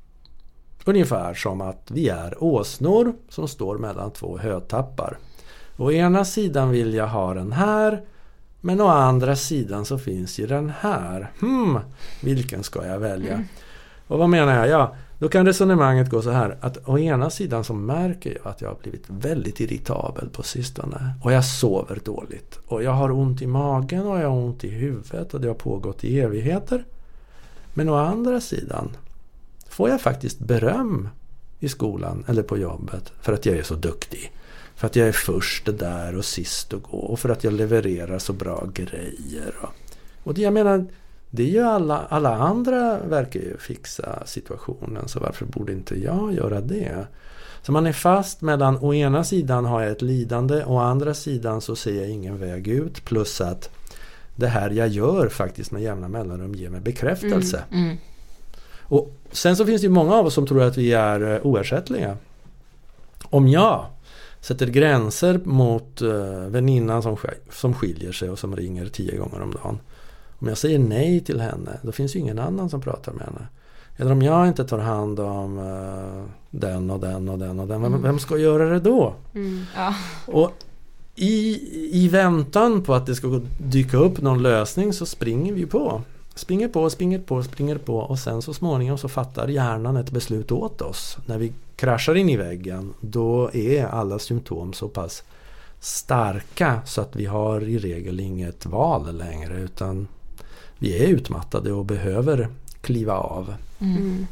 Ungefär som att vi är åsnor som står mellan två hötappar. Å ena sidan vill jag ha den här, men å andra sidan så finns ju den här. Hmm, vilken ska jag välja? Mm. Och vad menar jag? Ja, då kan resonemanget gå så här, att å ena sidan så märker jag att jag har blivit väldigt irritabel på sistone. Och jag sover dåligt. Och jag har ont i magen och jag har ont i huvudet, och det har pågått i evigheter. Men å andra sidan får jag faktiskt beröm i skolan eller på jobbet för att jag är så duktig. För att jag är först där och sist att gå. Och för att jag levererar så bra grejer. Och det jag menar, det är ju alla, alla andra verkar ju fixa situationen. Så varför borde inte jag göra det? Så man är fast mellan, å ena sidan har jag ett lidande, och å andra sidan så ser jag ingen väg ut. Plus att det här jag gör faktiskt med jämna mellanrum ger mig bekräftelse. Mm, mm. Och sen så finns det ju många av oss som tror att vi är oersättliga. Om jag sätter gränser mot uh, väninnan som, som skiljer sig och som ringer tio gånger om dagen. Om jag säger nej till henne, då finns ju ingen annan som pratar med henne. Eller om jag inte tar hand om uh, den och den och den och den, mm. vem ska göra det då? Mm. Ja. Och i, i väntan på att det ska dyka upp någon lösning så springer vi på. Springer på, springer på, springer på, och sen så småningom så fattar hjärnan ett beslut åt oss. När vi kraschar in i väggen, då är alla symptom så pass starka så att vi har i regel inget val längre, utan vi är utmattade och behöver kliva av. Mm.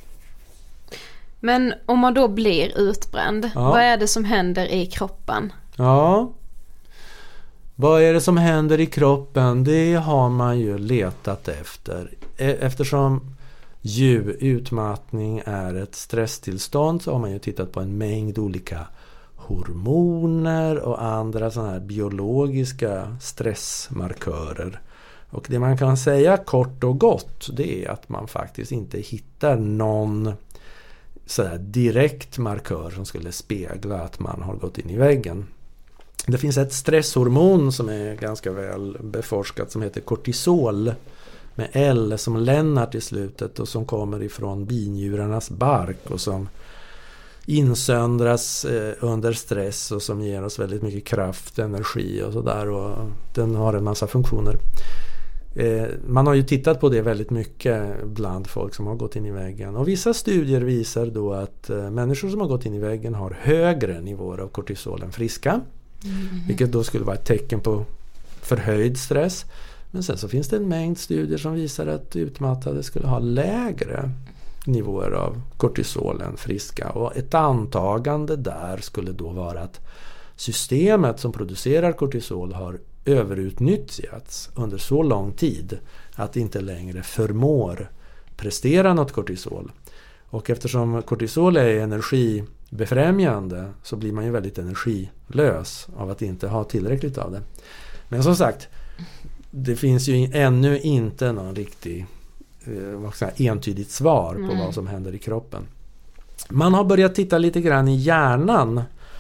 Men om man då blir utbränd, ja. Vad är det som händer i kroppen? Ja, vad är det som händer i kroppen? Det har man ju letat efter. Eftersom ju utmattning är ett stresstillstånd så har man ju tittat på en mängd olika hormoner och andra sådana här biologiska stressmarkörer. Och det man kan säga kort och gott, det är att man faktiskt inte hittar någon sådär direkt markör som skulle spegla att man har gått in i väggen. Det finns ett stresshormon som är ganska väl beforskat som heter kortisol med L som Lennart i slutet, och som kommer ifrån binjurarnas bark och som insöndras eh, under stress och som ger oss väldigt mycket kraft, energi och sådär, och den har en massa funktioner. Eh, man har ju tittat på det väldigt mycket bland folk som har gått in i väggen, och vissa studier visar då att eh, människor som har gått in i väggen har högre nivåer av kortisol än friska. Mm. Vilket då skulle vara ett tecken på förhöjd stress. Men sen så finns det en mängd studier som visar att utmattade skulle ha lägre nivåer av kortisol än friska. Och ett antagande där skulle då vara att systemet som producerar kortisol har överutnyttjats under så lång tid att det inte längre förmår prestera något kortisol. Och eftersom kortisol är energibefrämjande så blir man ju väldigt energilös av att inte ha tillräckligt av det. Men som sagt, det finns ju ännu inte någon riktig eh, vad ska jag säga, entydigt svar på mm. vad som händer i kroppen. Man har börjat titta lite grann i hjärnan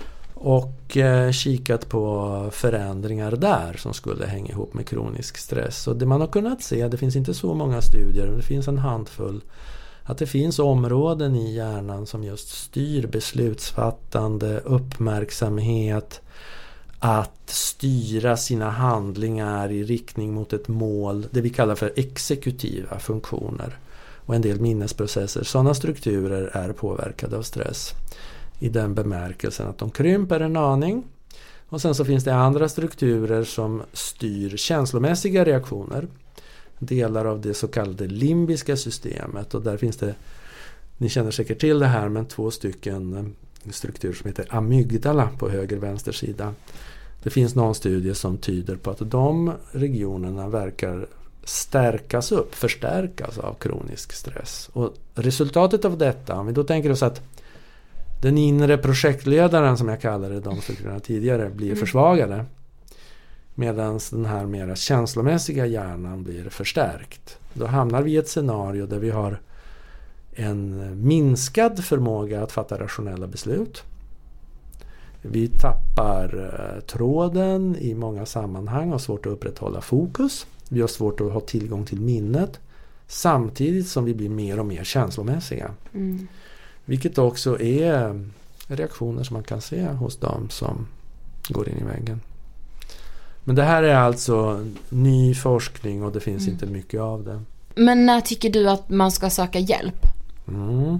och eh, kikat på förändringar där som skulle hänga ihop med kronisk stress. Och det man har kunnat se, det finns inte så många studier, men det finns en handfull, att det finns områden i hjärnan som just styr beslutsfattande, uppmärksamhet, att styra sina handlingar i riktning mot ett mål, det vi kallar för exekutiva funktioner och en del minnesprocesser. Sådana strukturer är påverkade av stress i den bemärkelsen att de krymper en aning. Och sen så finns det andra strukturer som styr känslomässiga reaktioner. Delar av det så kallade limbiska systemet, och där finns det, ni känner säkert till det här, men två stycken strukturer som heter amygdala på höger vänster sida. Det finns någon studie som tyder på att de regionerna verkar stärkas upp, förstärkas av kronisk stress. Och resultatet av detta, om vi då tänker oss att den inre projektledaren, som jag kallade de strukturerna tidigare, blir mm. försvagade, medan den här mera känslomässiga hjärnan blir förstärkt. Då hamnar vi i ett scenario där vi har en minskad förmåga att fatta rationella beslut. Vi tappar tråden i många sammanhang och har svårt att upprätthålla fokus. Vi har svårt att ha tillgång till minnet, samtidigt som vi blir mer och mer känslomässiga. Mm. Vilket också är reaktioner som man kan se hos dem som går in i väggen. Men det här är alltså ny forskning och det finns mm. inte mycket av det. Men när tycker du att man ska söka hjälp? Mm.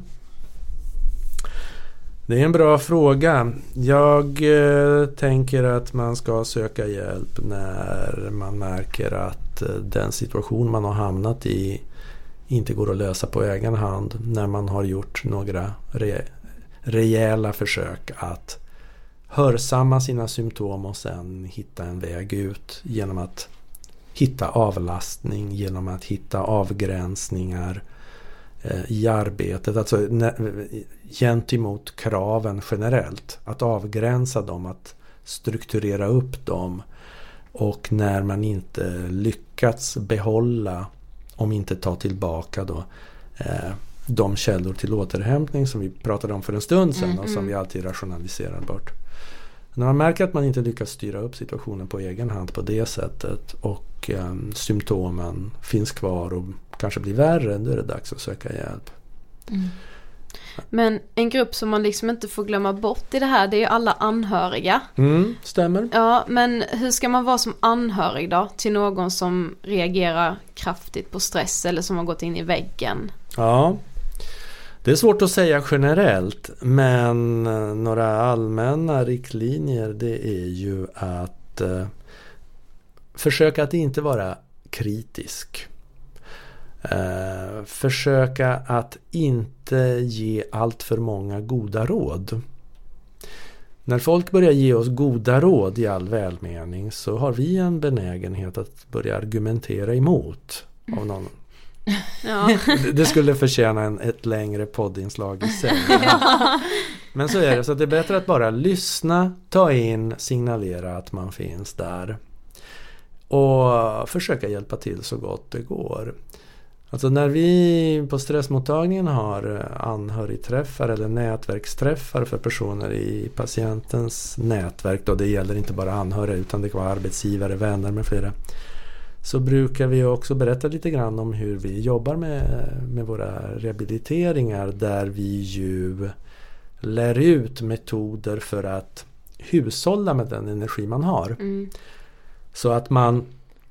Det är en bra fråga. Jag eh, tänker att man ska söka hjälp när man märker att eh, den situation man har hamnat i inte går att lösa på egen hand. När man har gjort några re- rejäla försök att hörsamma sina symptom och sen hitta en väg ut genom att hitta avlastning, genom att hitta avgränsningar i arbetet, alltså gentemot kraven generellt, att avgränsa dem, att strukturera upp dem, och när man inte lyckats behålla, om inte ta tillbaka då eh, de källor till återhämtning som vi pratade om för en stund sedan mm, och som mm. vi alltid rationaliserar bort. När man märker att man inte lyckas styra upp situationen på egen hand på det sättet och eh, symptomen finns kvar och kanske blir värre, då är det dags att söka hjälp. Mm. Men en grupp som man liksom inte får glömma bort i det här, det är ju alla anhöriga. Mm, stämmer. Ja, men hur ska man vara som anhörig då till någon som reagerar kraftigt på stress eller som har gått in i väggen? Ja, det är svårt att säga generellt, men några allmänna riktlinjer, det är ju att eh, försöka att inte vara kritisk. Uh, försöka att inte ge allt för många goda råd. När folk börjar ge oss goda råd i all välmening så har vi en benägenhet att börja argumentera emot av någon. Ja. det, det skulle förtjäna en, ett längre poddinslag i sig. Ja. Men så är det, så det är bättre att bara lyssna, ta in, signalera att man finns där och försöka hjälpa till så gott det går. Alltså när vi på stressmottagningen har anhörigträffar eller nätverksträffar för personer i patientens nätverk, då det gäller inte bara anhöriga utan det kan vara arbetsgivare, vänner med flera, så brukar vi också berätta lite grann om hur vi jobbar med, med våra rehabiliteringar, där vi ju lär ut metoder för att hushålla med den energi man har. Mm. Så att man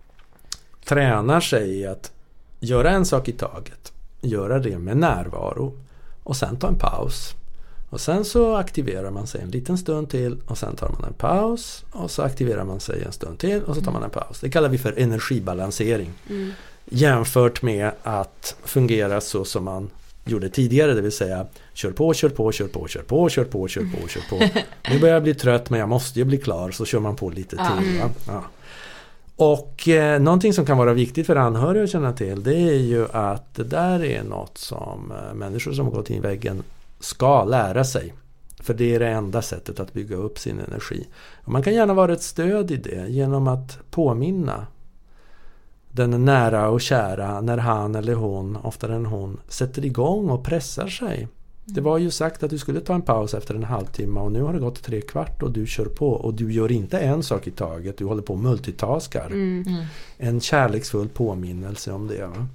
tränar sig i att göra en sak i taget, göra det med närvaro och sen ta en paus. Och sen så aktiverar man sig en liten stund till och sen tar man en paus och så aktiverar man sig en stund till och så tar man en paus. Det kallar vi för energibalansering. Mm. Jämfört med att fungera så som man gjorde tidigare, det vill säga kör på, kör på, kör på, kör på, kör på, kör på, kör på. Nu börjar jag bli trött men jag måste ju bli klar, så kör man på lite till. Va? Ja. Och eh, någonting som kan vara viktigt för anhöriga att känna till, det är ju att det där är något som eh, människor som har gått in i väggen ska lära sig. För det är det enda sättet att bygga upp sin energi. Och man kan gärna vara ett stöd i det genom att påminna den nära och kära när han eller hon, oftare än hon, sätter igång och pressar sig Det var ju sagt att du skulle ta en paus efter en halvtimme och nu har det gått tre kvart och du kör på och du gör inte en sak i taget, du håller på och multitaskar. Mm. Mm. En kärleksfull påminnelse om det. Va?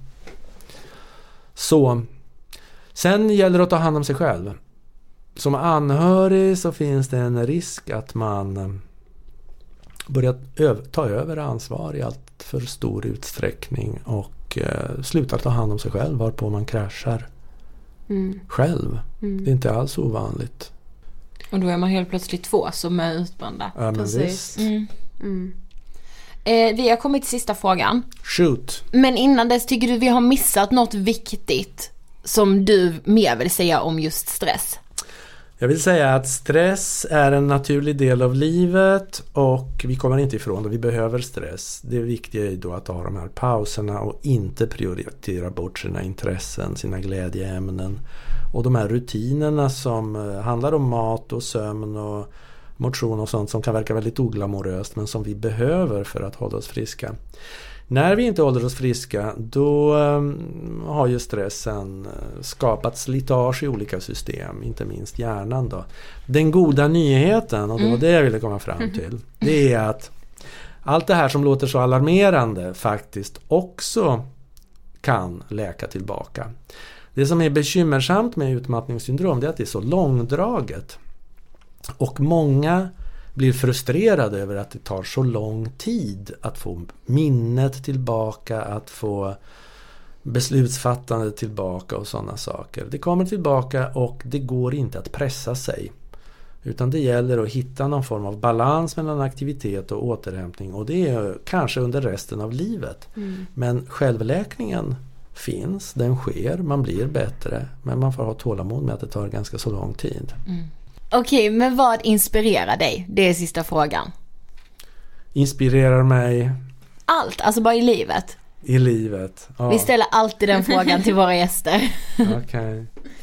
Så, sen gäller det att ta hand om sig själv. Som anhörig så finns det en risk att man börjar öv- ta över ansvar i allt för stor utsträckning och eh, slutar ta hand om sig själv varpå man kraschar mm. själv. Mm. Det är inte alls ovanligt. Och då är man helt plötsligt två som är utbrända. Ja, men precis. Mm. Mm. Eh, vi har kommit till sista frågan. Shoot. Men innan dess, tycker du vi har missat något viktigt som du mer vill säga om just stress? Jag vill säga att stress är en naturlig del av livet och vi kommer inte ifrån det. Vi behöver stress. Det viktiga är då att ha de här pauserna och inte prioritera bort sina intressen, sina glädjeämnen. Och de här rutinerna som handlar om mat och sömn och motion och sånt som kan verka väldigt oglamoröst men som vi behöver för att hålla oss friska. När vi inte håller oss friska, då um, har ju stressen uh, skapat slitage i olika system, inte minst hjärnan då. Den goda nyheten, och det var det jag ville komma fram till, det är att allt det här som låter så alarmerande faktiskt också kan läka tillbaka. Det som är bekymmersamt med utmattningssyndrom, det är att det är så långdraget. Och många blir frustrerade över att det tar så lång tid att få minnet tillbaka, att få beslutsfattande tillbaka och sådana saker. Det kommer tillbaka och det går inte att pressa sig. Utan det gäller att hitta någon form av balans mellan aktivitet och återhämtning, och det är kanske under resten av livet. Mm. Men självläkningen finns, den sker, man blir bättre, men man får ha tålamod med att det tar ganska så lång tid. Mm. Okej, men vad inspirerar dig? Det är sista frågan. Inspirerar mig? Allt, alltså bara i livet. I livet, ja. Vi ställer alltid den frågan till våra gäster. Okej. Okay.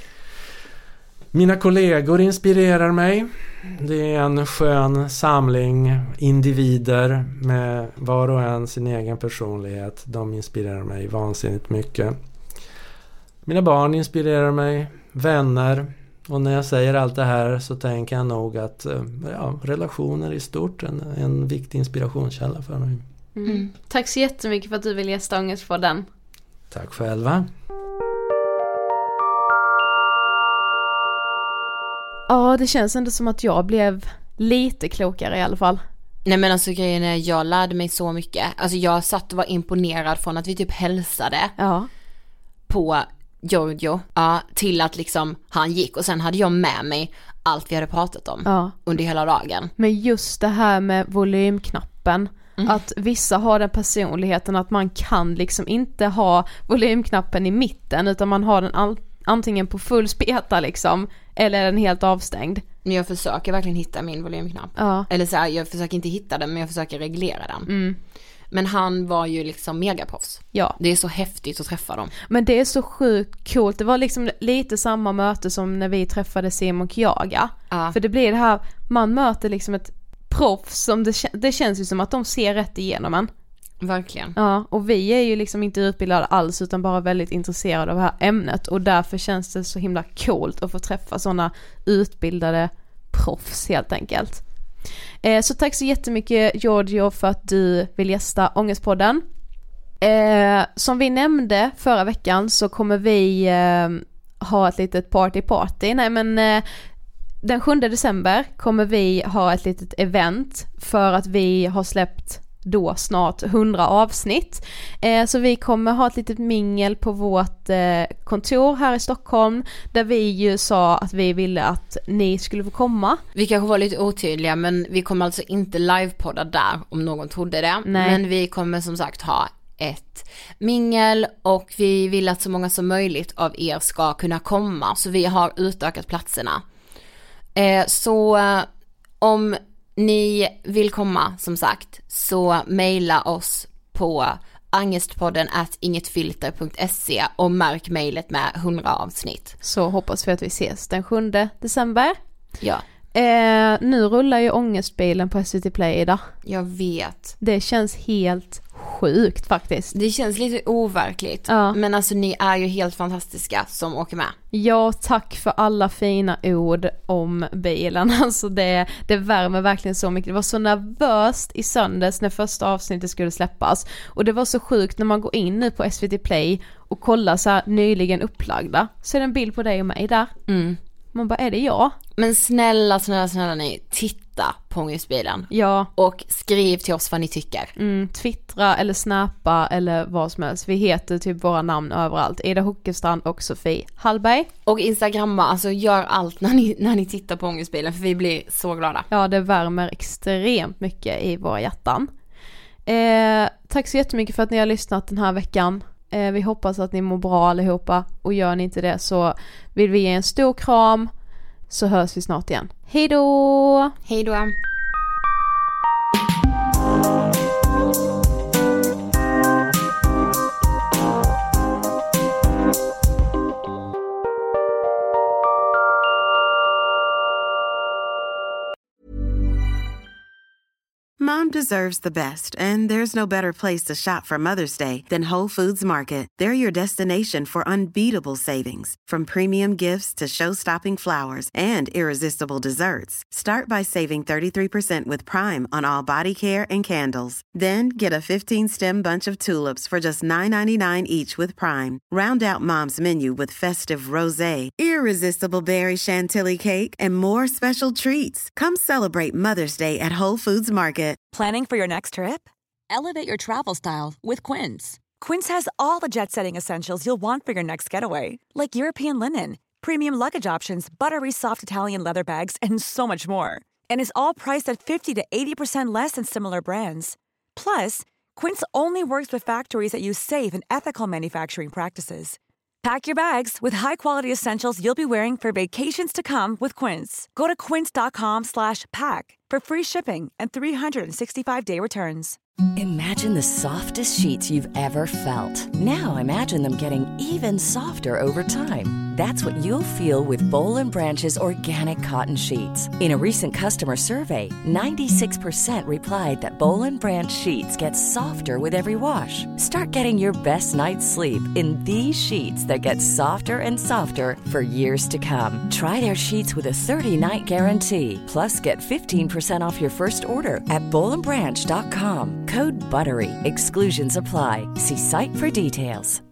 Mina kollegor inspirerar mig. Det är en skön samling individer med var och en sin egen personlighet. De inspirerar mig vansinnigt mycket. Mina barn inspirerar mig, vänner. Och när jag säger allt det här så tänker jag nog att ja, relationer i stort är en, en viktig inspirationskälla för mig. Mm. Mm. Tack så jättemycket för att du vill gästa Ångestpodden. Tack själva. Ja, det känns ändå som att jag blev lite klokare i alla fall. Nej, men alltså grejen är, jag lärde mig så mycket. Alltså jag satt och var imponerad från att vi typ hälsade ja. på Giorgio, ja, till att liksom han gick, och sen hade jag med mig allt vi hade pratat om ja. under hela dagen. Men just det här med volymknappen, mm. att vissa har den personligheten att man kan liksom inte ha volymknappen i mitten, utan man har den all- antingen på full speta liksom, eller är den helt avstängd. Men jag försöker verkligen hitta min volymknapp. Ja. Eller så här, jag försöker inte hitta den, men jag försöker reglera den. Mm. Men han var ju liksom megaproffs. Ja. Det är så häftigt att träffa dem. Men det är så sjukt coolt. Det var liksom lite samma möte som när vi träffade Simon Kjaga. Ja. För det blir det här, man möter liksom ett proffs som det, det känns ju som att de ser rätt igenom en. Verkligen. Ja, och vi är ju liksom inte utbildade alls utan bara väldigt intresserade av det här ämnet, och därför känns det så himla coolt att få träffa sådana utbildade proffs helt enkelt. Eh, så tack så jättemycket Giorgio för att du vill gästa Ångestpodden. Eh, som vi nämnde förra veckan så kommer vi eh, ha ett litet party party. Nej men eh, den sjunde december kommer vi ha ett litet event för att vi har släppt då snart hundra avsnitt. Eh, så vi kommer ha ett litet mingel på vårt eh, kontor här i Stockholm, där vi ju sa att vi ville att ni skulle få komma. Vi kanske var lite otydliga, men vi kommer alltså inte livepodda där om någon trodde det. Nej. Men vi kommer som sagt ha ett mingel och vi vill att så många som möjligt av er ska kunna komma, så vi har utökat platserna. Eh, så eh, om ni vill komma, som sagt, så mejla oss på angestpodden at ingetfilter punkt se och märk mejlet med hundra avsnitt. Så hoppas vi att vi ses den sjunde december. Ja. Eh, nu rullar ju ångestbilen på S V T Play idag. Jag vet. Det känns helt sjukt faktiskt. Det känns lite overkligt. Ja. Men alltså ni är ju helt fantastiska som åker med. Ja, tack för alla fina ord om bilen. Alltså det, det värmer verkligen så mycket. Det var så nervöst i söndags när första avsnittet skulle släppas. Och det var så sjukt när man går in nu på S V T Play och kollar så här nyligen upplagda. Så är det en bild på dig och mig där. Mm. Man bara, är det jag? Men snälla, snälla, snälla ni, titta på Ångestbilen. Ja. Och skriv till oss vad ni tycker. Mm, twittra eller snappa eller vad som helst. Vi heter typ våra namn överallt. Ida Hokestrand och Sofie Hallberg. Och Instagramma, alltså gör allt när ni, när ni tittar på Ångestbilen, för vi blir så glada. Ja, det värmer extremt mycket i våra hjärtan. Eh, tack så jättemycket för att ni har lyssnat den här veckan. Eh, vi hoppas att ni mår bra allihopa. Och gör ni inte det så vill vi ge en stor kram. Så hörs vi snart igen. Hej då! Hej då! Mom deserves the best, and there's no better place to shop for Mother's Day than Whole Foods Market. They're your destination for unbeatable savings, from premium gifts to show-stopping flowers and irresistible desserts. Start by saving thirty-three percent with Prime on all body care and candles. Then get a fifteen-stem bunch of tulips for just nine ninety-nine each with Prime. Round out Mom's menu with festive rosé, irresistible berry chantilly cake, and more special treats. Come celebrate Mother's Day at Whole Foods Market. Planning for your next trip? Elevate your travel style with Quince. Quince has all the jet-setting essentials you'll want for your next getaway, like European linen, premium luggage options, buttery soft Italian leather bags, and so much more. And is all priced at fifty to eighty percent less than similar brands. Plus, Quince only works with factories that use safe and ethical manufacturing practices. Pack your bags with high-quality essentials you'll be wearing for vacations to come with Quince. Go to quince.com slash pack for free shipping and three sixty-five day returns. Imagine the softest sheets you've ever felt. Now imagine them getting even softer over time. That's what you'll feel with Boll and Branch's organic cotton sheets. In a recent customer survey, ninety-six percent replied that Boll and Branch sheets get softer with every wash. Start getting your best night's sleep in these sheets that get softer and softer for years to come. Try their sheets with a thirty-night guarantee. Plus, get fifteen percent off your first order at boll and branch dot com. Code BUTTERY. Exclusions apply. See site for details.